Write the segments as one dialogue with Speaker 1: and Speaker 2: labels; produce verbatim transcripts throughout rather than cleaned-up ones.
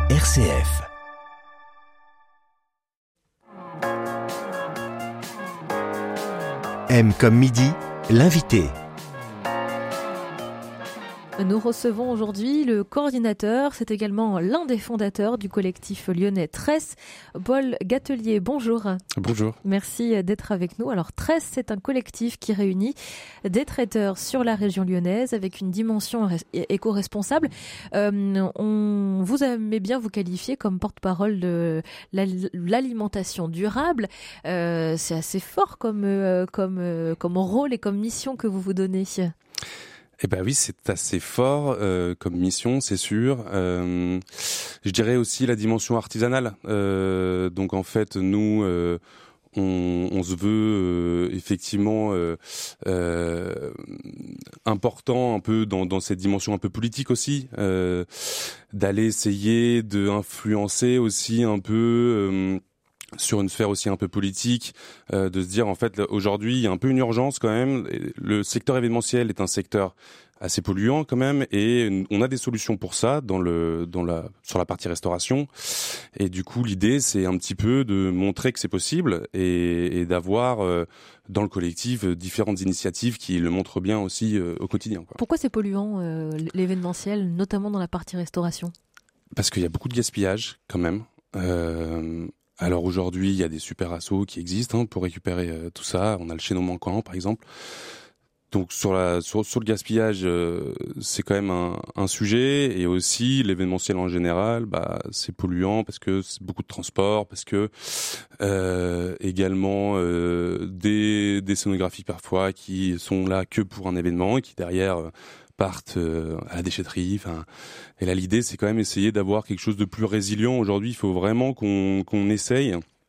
Speaker 1: R C F. M comme midi, l'invité.
Speaker 2: Nous recevons aujourd'hui le coordinateur, c'est également l'un des fondateurs du collectif lyonnais Tress, Paul Gatelier. Bonjour.
Speaker 3: Bonjour.
Speaker 2: Merci d'être avec nous. Alors Tress, c'est un collectif qui réunit des traiteurs sur la région lyonnaise avec une dimension éco-responsable. Euh, on vous aimez bien vous qualifier comme porte-parole de l'alimentation durable. Euh, c'est assez fort comme, comme, comme rôle et comme mission que vous vous donnez.
Speaker 3: Eh ben oui, c'est assez fort euh, comme mission, c'est sûr. Euh, je dirais aussi la dimension artisanale. Euh, donc en fait, nous, euh, on, on se veut euh, effectivement euh, euh, important un peu dans, dans cette dimension un peu politique aussi, euh, d'aller essayer de influencer aussi un peu. Euh, sur une sphère aussi un peu politique, euh, de se dire en fait aujourd'hui il y a un peu une urgence quand même. Le secteur événementiel est un secteur assez polluant quand même, et on a des solutions pour ça dans le dans la sur la partie restauration. Et du coup l'idée c'est un petit peu de montrer que c'est possible et, et d'avoir euh, dans le collectif différentes initiatives qui le montrent bien aussi euh, au quotidien, quoi.
Speaker 2: Pourquoi c'est polluant euh, l'événementiel, notamment dans la partie restauration ? Parce
Speaker 3: qu'il y a beaucoup de gaspillage quand même. Euh, Alors aujourd'hui, il y a des super assos qui existent hein, pour récupérer euh, tout ça. On a le Chez nos manquants, par exemple. Donc sur la sur, sur le gaspillage, euh, c'est quand même un, un sujet, et aussi l'événementiel en général, bah c'est polluant parce que c'est beaucoup de transport, parce que euh, également euh, des des scénographies parfois qui sont là que pour un événement et qui derrière euh, partent euh, à la déchetterie. Enfin, et là l'idée c'est quand même essayer d'avoir quelque chose de plus résilient. Aujourd'hui, il faut vraiment qu'on qu'on essaye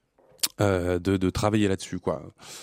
Speaker 3: euh, de de travailler là-dessus, quoi.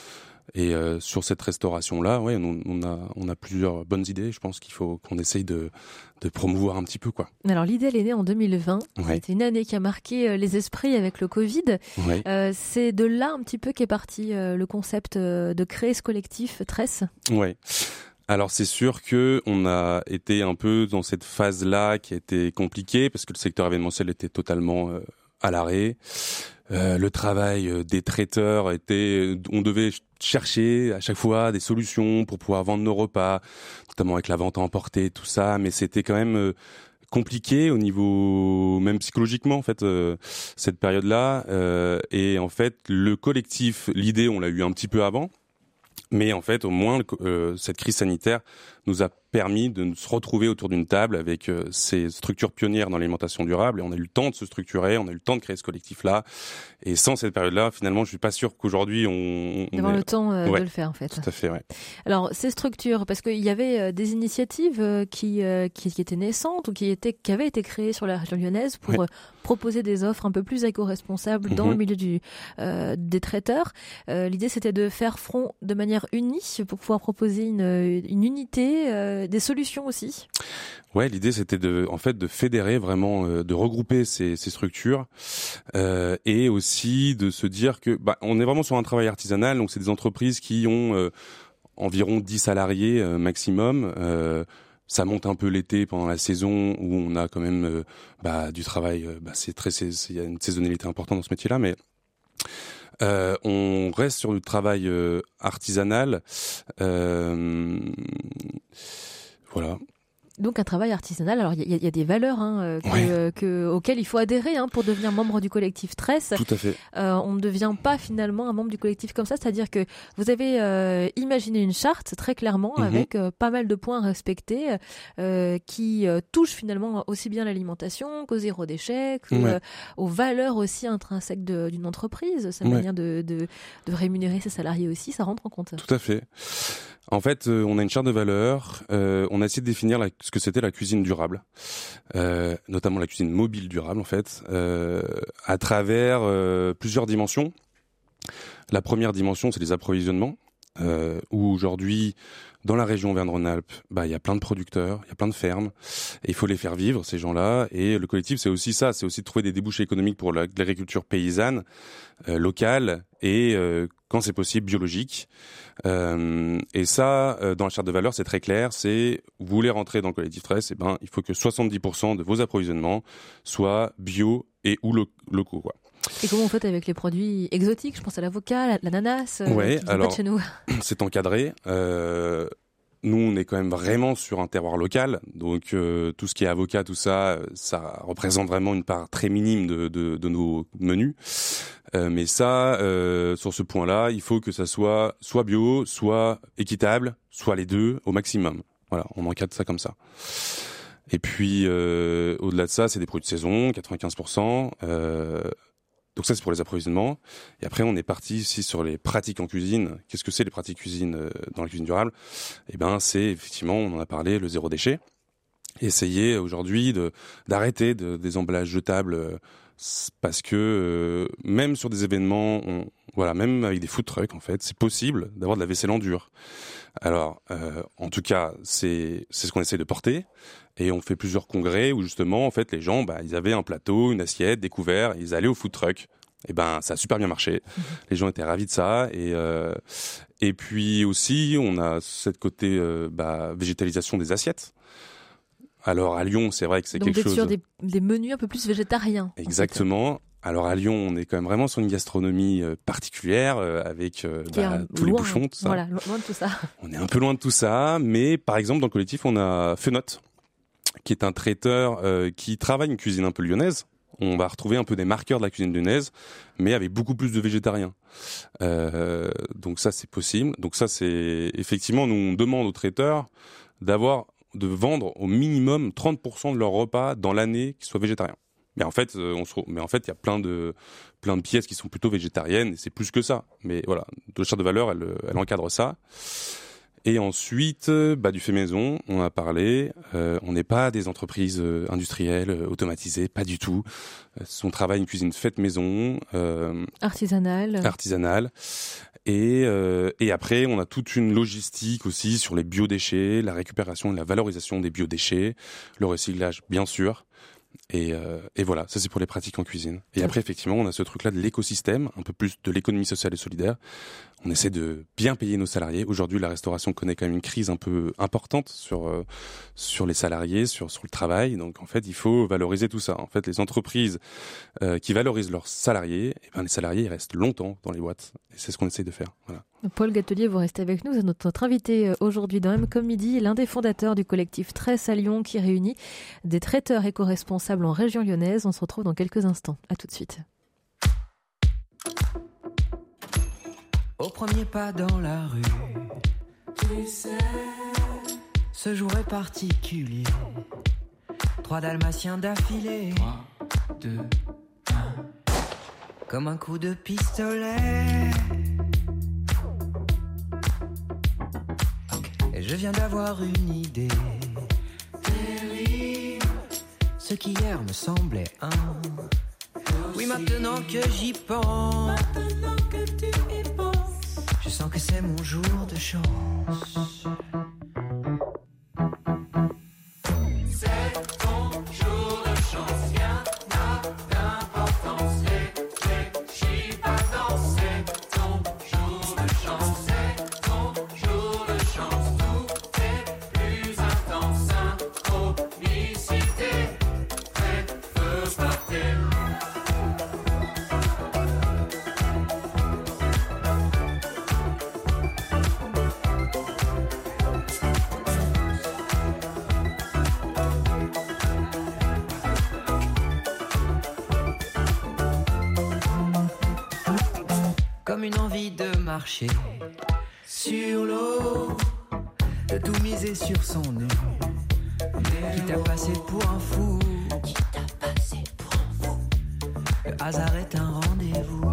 Speaker 3: Et euh, sur cette restauration-là, ouais, on, on a on a plusieurs bonnes idées. Je pense qu'il faut qu'on essaye de de promouvoir un petit peu, quoi.
Speaker 2: Alors l'idée, elle est née en deux mille vingt.
Speaker 3: Ouais.
Speaker 2: C'était une année qui a marqué les esprits avec le Covid.
Speaker 3: Ouais.
Speaker 2: Euh, c'est de là un petit peu qu'est parti euh, le concept euh, de créer ce collectif Tress.
Speaker 3: Ouais. Alors c'est sûr que on a été un peu dans cette phase-là qui a été compliquée parce que le secteur événementiel était totalement euh, à l'arrêt. Euh, le travail des traiteurs était, on devait chercher à chaque fois des solutions pour pouvoir vendre nos repas, notamment avec la vente à emporter, tout ça, mais c'était quand même euh, compliqué au niveau même psychologiquement en fait euh, cette période-là. Euh, et en fait le collectif, l'idée on l'a eu un petit peu avant. Mais en fait, au moins, euh, cette crise sanitaire nous a permis de se retrouver autour d'une table avec euh, ces structures pionnières dans l'alimentation durable. Et on a eu le temps de se structurer, on a eu le temps de créer ce collectif-là. Et sans cette période-là, finalement, je suis pas sûr qu'aujourd'hui on... on
Speaker 2: D'avoir
Speaker 3: est...
Speaker 2: le temps euh,
Speaker 3: ouais,
Speaker 2: de le faire, en fait.
Speaker 3: Tout à fait, ouais.
Speaker 2: Alors, ces structures, parce qu'il y avait euh, des initiatives euh, qui, euh, qui, qui étaient naissantes ou qui, étaient, qui avaient été créées sur la région lyonnaise pour ouais. euh, proposer des offres un peu plus éco-responsables mm-hmm. dans le milieu du, euh, des traiteurs. Euh, l'idée, c'était de faire front de manière unie pour pouvoir proposer une, une unité, euh, des solutions aussi.
Speaker 3: Ouais, l'idée c'était de, en fait, de fédérer vraiment, euh, de regrouper ces, ces structures euh, et aussi de se dire que, bah, on est vraiment sur un travail artisanal, donc c'est des entreprises qui ont euh, environ dix salariés euh, maximum. Euh, ça monte un peu l'été pendant la saison où on a quand même euh, bah, du travail. Euh, bah, c'est très, c'est, il y a une saisonnalité importante dans ce métier-là, mais Euh, on reste sur du travail euh, artisanal. Euh, voilà.
Speaker 2: Donc un travail artisanal. Alors il y, y, y a des valeurs hein, que,
Speaker 3: ouais.
Speaker 2: euh, que, auxquelles il faut adhérer hein, pour devenir membre du collectif Tress.
Speaker 3: Tout à fait.
Speaker 2: Euh, on ne devient pas finalement un membre du collectif comme ça, c'est-à-dire que vous avez euh, imaginé une charte très clairement mm-hmm. avec euh, pas mal de points respectés euh, qui euh, touchent finalement aussi bien l'alimentation qu'au zéro déchet, que,
Speaker 3: ouais.
Speaker 2: euh, aux valeurs aussi intrinsèques de, d'une entreprise, sa
Speaker 3: ouais.
Speaker 2: manière de, de, de rémunérer ses salariés aussi, ça rentre en compte.
Speaker 3: Tout à fait. En fait, euh, on a une charte de valeurs. Euh, on a essayé de définir la, ce que c'était la cuisine durable, euh, notamment la cuisine mobile durable, en fait, euh, à travers euh, plusieurs dimensions. La première dimension, c'est les approvisionnements. euh, où aujourd'hui, dans la région Auvergne-Rhône-Alpes, bah il y a plein de producteurs, il y a plein de fermes, et il faut les faire vivre ces gens-là. Et le collectif, c'est aussi ça, c'est aussi de trouver des débouchés économiques pour la, l'agriculture paysanne, euh, locale et euh, quand c'est possible biologique. Euh, et ça, euh, dans la charte de valeurs, c'est très clair. C'est vous voulez rentrer dans le collectif Tresse, et ben il faut que soixante-dix pour cent de vos approvisionnements soient bio et ou lo- locaux, quoi.
Speaker 2: Et comment vous faites avec les produits exotiques ? Je pense à l'avocat, l'ananas, euh,
Speaker 3: Ouais,
Speaker 2: qui ne sont
Speaker 3: alors,
Speaker 2: pas de chez nous.
Speaker 3: C'est encadré. Euh, nous, on est quand même vraiment sur un terroir local. Donc, euh, tout ce qui est avocat, tout ça, ça représente vraiment une part très minime de, de, de nos menus. Euh, mais ça, euh, sur ce point-là, il faut que ça soit soit bio, soit équitable, soit les deux au maximum. Voilà, on encadre ça comme ça. Et puis, euh, au-delà de ça, c'est des produits de saison, quatre-vingt-quinze pour cent. Euh, Donc ça, c'est pour les approvisionnements. Et après, on est parti ici sur les pratiques en cuisine. Qu'est-ce que c'est les pratiques cuisine euh, dans la cuisine durable ? Eh ben, c'est effectivement, on en a parlé, le zéro déchet. Essayer aujourd'hui de d'arrêter de, des emballages jetables euh, parce que euh, même sur des événements, on, voilà, même avec des food trucks, en fait, c'est possible d'avoir de la vaisselle en dur. Alors, euh, en tout cas, c'est c'est ce qu'on essaie de porter. Et on fait plusieurs congrès où justement, en fait, les gens, bah, ils avaient un plateau, une assiette, des couverts, ils allaient au food truck. Et ben, ça a super bien marché. Mmh. Les gens étaient ravis de ça. Et euh, et puis aussi, on a cette côté euh, bah, végétalisation des assiettes. Alors à Lyon, c'est vrai que c'est
Speaker 2: Donc,
Speaker 3: quelque chose.
Speaker 2: Donc, sur des, des menus un peu plus végétariens.
Speaker 3: Exactement. Alors à Lyon, on est quand même vraiment sur une gastronomie euh, particulière euh, avec euh, bah, tous
Speaker 2: loin,
Speaker 3: les bouchons, tout ça.
Speaker 2: Voilà, loin de tout ça.
Speaker 3: On est un peu loin de tout ça, mais par exemple dans le collectif, on a Fenote, qui est un traiteur euh, qui travaille une cuisine un peu lyonnaise. On va retrouver un peu des marqueurs de la cuisine lyonnaise, mais avec beaucoup plus de végétariens. Euh, donc ça, c'est possible. Donc ça, c'est effectivement, nous on demande aux traiteurs d'avoir, de vendre au minimum trente pour cent de leurs repas dans l'année qui soient végétariens. Mais en fait, euh, on se, mais en fait, il y a plein de plein de pièces qui sont plutôt végétariennes et c'est plus que ça. Mais voilà, la charte de valeurs, elle, elle encadre ça. Et ensuite, bah, du fait maison, on a parlé. Euh, on n'est pas des entreprises euh, industrielles, euh, automatisées, pas du tout. Euh, on travaille une cuisine faite maison, euh,
Speaker 2: artisanale.
Speaker 3: Artisanale. Et, euh, et après, on a toute une logistique aussi sur les biodéchets, la récupération et la valorisation des biodéchets, le recyclage, bien sûr. Et, euh, et voilà, ça c'est pour les pratiques en cuisine. Et après, effectivement, on a ce truc-là de l'écosystème, un peu plus de l'économie sociale et solidaire. On essaie de bien payer nos salariés. Aujourd'hui, la restauration connaît quand même une crise un peu importante sur euh, sur les salariés, sur sur le travail. Donc en fait, il faut valoriser tout ça. En fait, les entreprises euh, qui valorisent leurs salariés, eh ben les salariés ils restent longtemps dans les boîtes. Et c'est ce qu'on essaie de faire. Voilà.
Speaker 2: Paul Gatelier, vous restez avec nous. Vous êtes notre, notre invité aujourd'hui dans M comme Midi, l'un des fondateurs du collectif Tresse à Lyon qui réunit des traiteurs éco-responsables en région lyonnaise. On se retrouve dans quelques instants. À tout de suite.
Speaker 4: Au premier pas dans la rue, tu sais, ce jour est particulier. Trois dalmatiens d'affilée. Trois, deux, un. Comme un coup de pistolet. Et je viens d'avoir une idée terrible. Ce qui hier me semblait un. Oui, maintenant que j'y pense. Maintenant que tu y penses. Je sens que c'est mon jour de chance. C'est ton jour de chance, rien n'a d'importance. Réfléchis pas, non, c'est ton jour de chance. C'est ton jour de chance, tout est plus intense. Synchronicité, prêt, feu partir. Comme une envie de marcher sur l'eau, de tout miser sur son nez. Qui t'a passé pour un fou? Qui t'a passé pour un fou? Le hasard est un rendez-vous.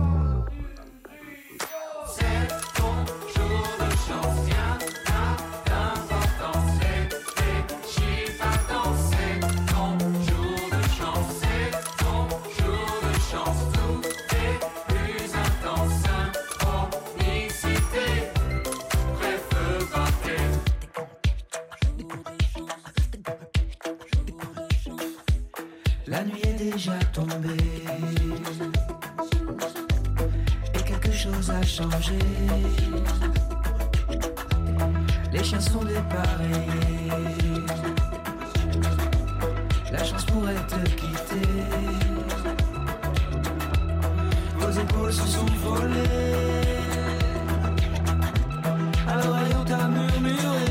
Speaker 4: C'est ton jour de chance, rien n'a d'importance. Réfléchis pas, non, c'est ton jour de chance. C'est ton jour de chance, tout est plus intense. Synchronicité,
Speaker 5: La nuit est déjà tombée et quelque chose a changé. Les chiens sont dépareillés. La chance pourrait te quitter. Vos épaules se sont volées. À l'oreille on t'a murmuré.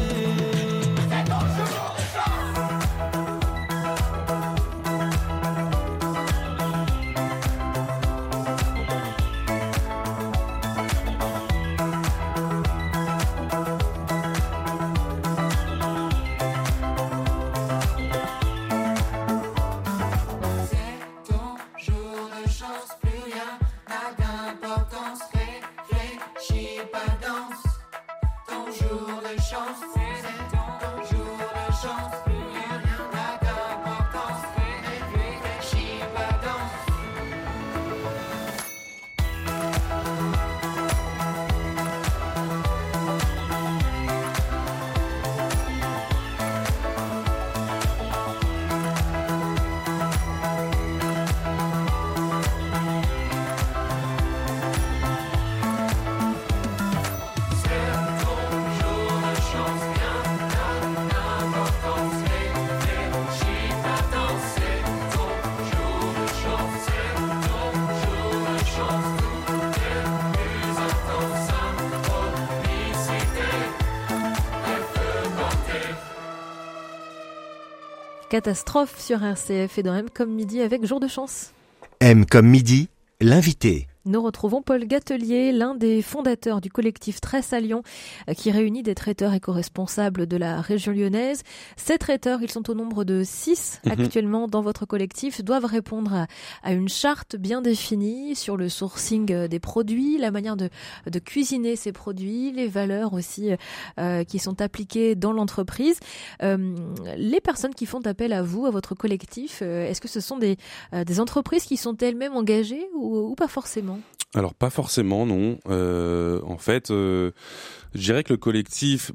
Speaker 2: Catastrophe sur R C F et dans M comme midi avec Jour de chance.
Speaker 1: M comme midi, l'invité.
Speaker 2: Nous retrouvons Paul Gatelier, l'un des fondateurs du collectif Tresse à Lyon, qui réunit des traiteurs éco-responsables de la région lyonnaise. Ces traiteurs, ils sont au nombre de six mmh. actuellement dans votre collectif, doivent répondre à, à une charte bien définie sur le sourcing des produits, la manière de, de cuisiner ces produits, les valeurs aussi euh, qui sont appliquées dans l'entreprise. Euh, les personnes qui font appel à vous, à votre collectif, euh, est-ce que ce sont des, euh, des entreprises qui sont elles-mêmes engagées ou, ou pas forcément ?
Speaker 3: Alors pas forcément, non. Euh, en fait, euh, je dirais que le collectif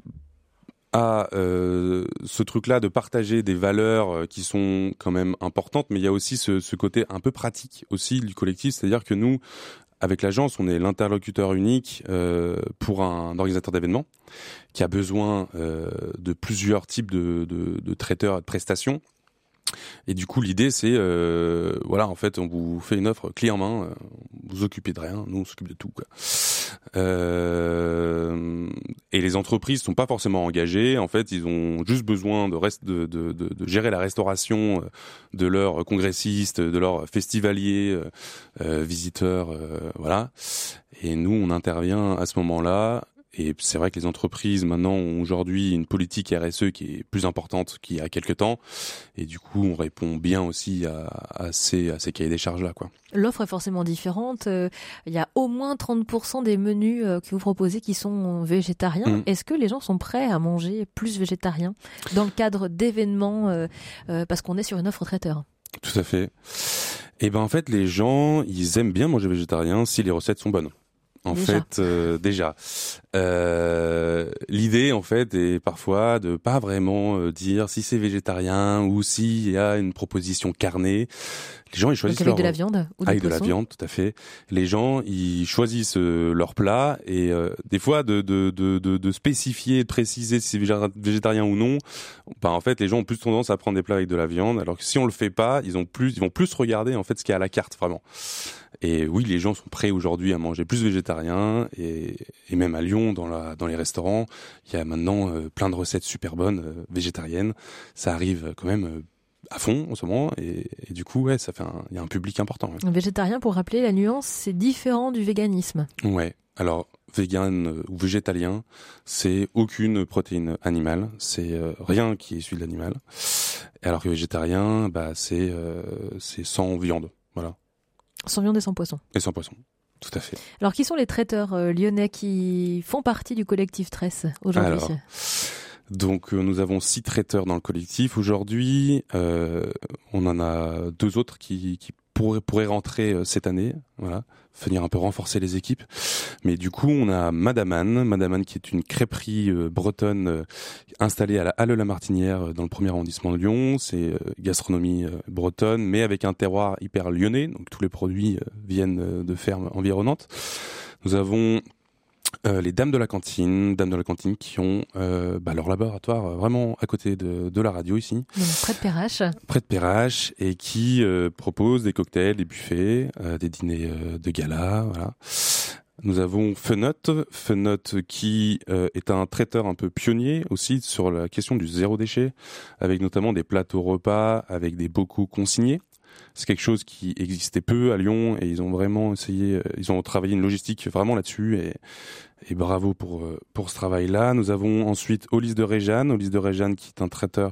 Speaker 3: a euh, ce truc-là de partager des valeurs qui sont quand même importantes, mais il y a aussi ce, ce côté un peu pratique aussi du collectif, c'est-à-dire que nous, avec l'agence, on est l'interlocuteur unique euh, pour un organisateur d'événements qui a besoin euh, de plusieurs types de, de, de traiteurs et de prestations. Et du coup, l'idée, c'est, euh, voilà, en fait, on vous fait une offre clé en main, euh, vous occupez de rien, nous on s'occupe de tout, quoi. Euh, et les entreprises sont pas forcément engagées. En fait, ils ont juste besoin de, reste, de, de, de, de gérer la restauration de leurs congressistes, de leurs festivaliers, euh, visiteurs, euh, voilà. Et nous, on intervient à ce moment-là. Et c'est vrai que les entreprises, maintenant, ont aujourd'hui une politique R S E qui est plus importante qu'il y a quelques temps. Et du coup, on répond bien aussi à, à, ces, à ces cahiers des charges-là, quoi.
Speaker 2: L'offre est forcément différente. Euh, il y a au moins trente pour cent des menus euh, que vous proposez qui sont végétariens. Mmh. Est-ce que les gens sont prêts à manger plus végétarien dans le cadre d'événements euh, euh, parce qu'on est sur une offre traiteur ?
Speaker 3: Tout à fait. Et ben en fait, les gens, ils aiment bien manger végétarien si les recettes sont bonnes. En déjà. fait, euh, déjà, euh, l'idée en fait est parfois de pas vraiment euh, dire si c'est végétarien ou s'il y a une proposition carnée. Les gens ils choisissent
Speaker 2: donc avec
Speaker 3: leur...
Speaker 2: de la viande ou
Speaker 3: avec de la viande, tout à fait. Les gens ils choisissent euh, leur plat et euh, des fois de de de de, de spécifier, de préciser si c'est végétarien ou non. Bah en fait les gens ont plus tendance à prendre des plats avec de la viande, alors que si on le fait pas, ils ont plus, ils vont plus regarder en fait ce qu'il y a à la carte vraiment. Et oui, les gens sont prêts aujourd'hui à manger plus végétarien et, et même à Lyon, dans, la, dans les restaurants, il y a maintenant euh, plein de recettes super bonnes euh, végétariennes. Ça arrive quand même euh, à fond en ce moment et, et du coup, ouais, ça fait un, il y a un public important. Ouais.
Speaker 2: Végétarien, pour rappeler la nuance, c'est différent du véganisme.
Speaker 3: Ouais. Alors, vegan euh, ou végétalien, c'est aucune protéine animale, c'est euh, rien qui est issu de l'animal. Alors que végétarien, bah c'est euh, c'est sans viande, voilà.
Speaker 2: Sans viande et sans poisson.
Speaker 3: Et sans poisson, tout à fait.
Speaker 2: Alors, qui sont les traiteurs euh, lyonnais qui font partie du collectif Tresse aujourd'hui ?
Speaker 3: Alors, donc, euh, nous avons six traiteurs dans le collectif aujourd'hui. Euh, on en a deux autres qui, qui pourrait, pourrait rentrer euh, cette année, voilà, venir un peu renforcer les équipes. Mais du coup, on a Madame Anne, Madame Anne qui est une crêperie euh, bretonne euh, installée à la Halle-la-Martinière euh, dans le premier arrondissement de Lyon. C'est euh, gastronomie euh, bretonne, mais avec un terroir hyper lyonnais. Donc tous les produits euh, viennent euh, de fermes environnantes. Nous avons Euh, les dames de la cantine, dames de la cantine qui ont euh, bah, leur laboratoire euh, vraiment à côté de, de la radio ici,
Speaker 2: Donc, près de Perrache.
Speaker 3: près de Perrache, et qui euh, proposent des cocktails, des buffets, euh, des dîners euh, de gala. Voilà. Nous avons Fenote, Fenote qui euh, est un traiteur un peu pionnier aussi sur la question du zéro déchet, avec notamment des plateaux repas, avec des bocaux consignés. C'est quelque chose qui existait peu à Lyon et ils ont vraiment essayé, ils ont travaillé une logistique vraiment là-dessus et, et bravo pour pour ce travail-là. Nous avons ensuite Olys de Réjeanne, Olys de Réjeanne qui est un traiteur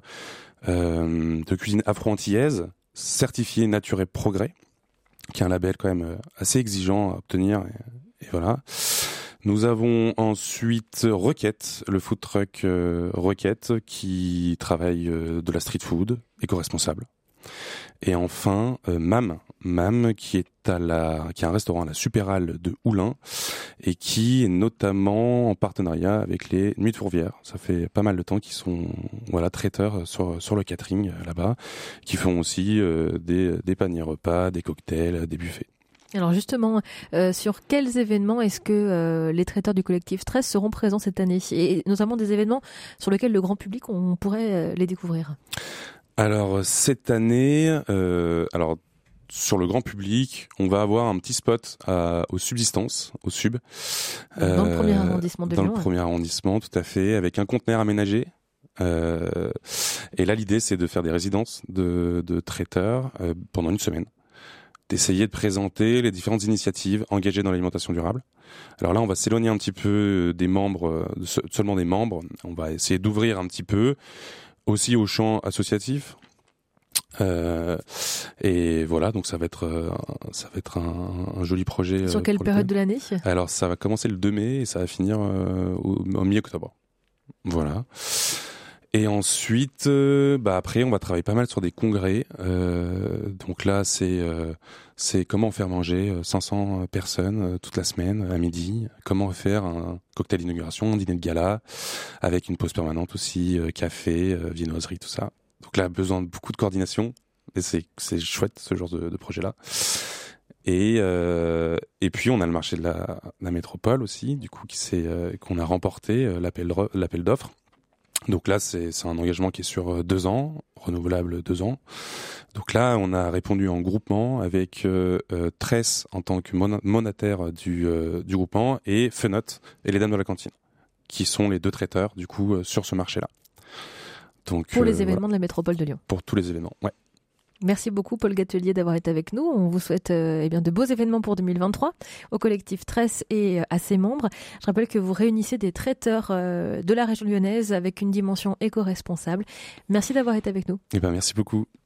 Speaker 3: euh, de cuisine afro-antillaise, certifié Nature et Progrès, qui est un label quand même assez exigeant à obtenir. Et, et voilà. Nous avons ensuite Requête, le food truck euh, Requête qui travaille euh, de la street food, éco-responsable. Et enfin, euh, Mam, Mam qui est à la, qui a un restaurant à la Supérale de Oulin et qui est notamment en partenariat avec les Nuits de Fourvière. Ça fait pas mal de temps qu'ils sont, voilà, traiteurs sur sur le catering euh, là-bas, qui font aussi euh, des des paniers repas, des cocktails, des buffets.
Speaker 2: Alors justement, euh, sur quels événements est-ce que euh, les traiteurs du collectif Stress seront présents cette année, et notamment des événements sur lesquels le grand public on pourrait euh, les découvrir?
Speaker 3: Alors cette année, euh, alors sur le grand public, on va avoir un petit spot à, aux Subsistances, au Sub,
Speaker 2: dans euh, le premier arrondissement de
Speaker 3: dans
Speaker 2: Lyon.
Speaker 3: le premier arrondissement, tout à fait, avec un conteneur aménagé. Euh, et là, l'idée, c'est de faire des résidences de, de traiteurs euh, pendant une semaine, d'essayer de présenter les différentes initiatives engagées dans l'alimentation durable. Alors là, on va s'éloigner un petit peu des membres, seulement des membres. On va essayer d'ouvrir un petit peu aussi au champ associatif. Euh, et voilà, donc ça va être euh, ça va être un, un joli projet.
Speaker 2: Sur quelle période de l'année?
Speaker 3: Alors ça va commencer le deux mai et ça va finir euh, au, au mi-octobre. Voilà. Et ensuite, euh, bah après, on va travailler pas mal sur des congrès. Euh, donc là, c'est euh, c'est comment faire manger cinq cents personnes euh, toute la semaine à midi. Comment faire un cocktail d'inauguration, un dîner de gala, avec une pause permanente aussi, euh, café, euh, viennoiserie, tout ça. Donc là, besoin de beaucoup de coordination. Et c'est c'est chouette ce genre de, de projet-là. Et euh, et puis on a le marché de la, la métropole aussi, du coup qui c'est euh, qu'on a remporté euh, l'appel l'appel d'offres. Donc là, c'est, c'est un engagement qui est sur deux ans, renouvelable deux ans. Donc là, on a répondu en groupement avec euh, euh, Tress en tant que mon- monataire du, euh, du groupement et Fenote et les Dames de la Cantine, qui sont les deux traiteurs du coup euh, sur ce marché-là. Donc
Speaker 2: pour les
Speaker 3: euh,
Speaker 2: événements
Speaker 3: voilà.
Speaker 2: de la métropole de Lyon.
Speaker 3: Pour tous les événements, ouais.
Speaker 2: Merci beaucoup Paul Gatelier d'avoir été avec nous. On vous souhaite euh, eh bien, de beaux événements pour deux mille vingt-trois au collectif Tress et euh, à ses membres. Je rappelle que vous réunissez des traiteurs euh, de la région lyonnaise avec une dimension éco-responsable. Merci d'avoir été avec nous.
Speaker 3: Eh ben, merci beaucoup.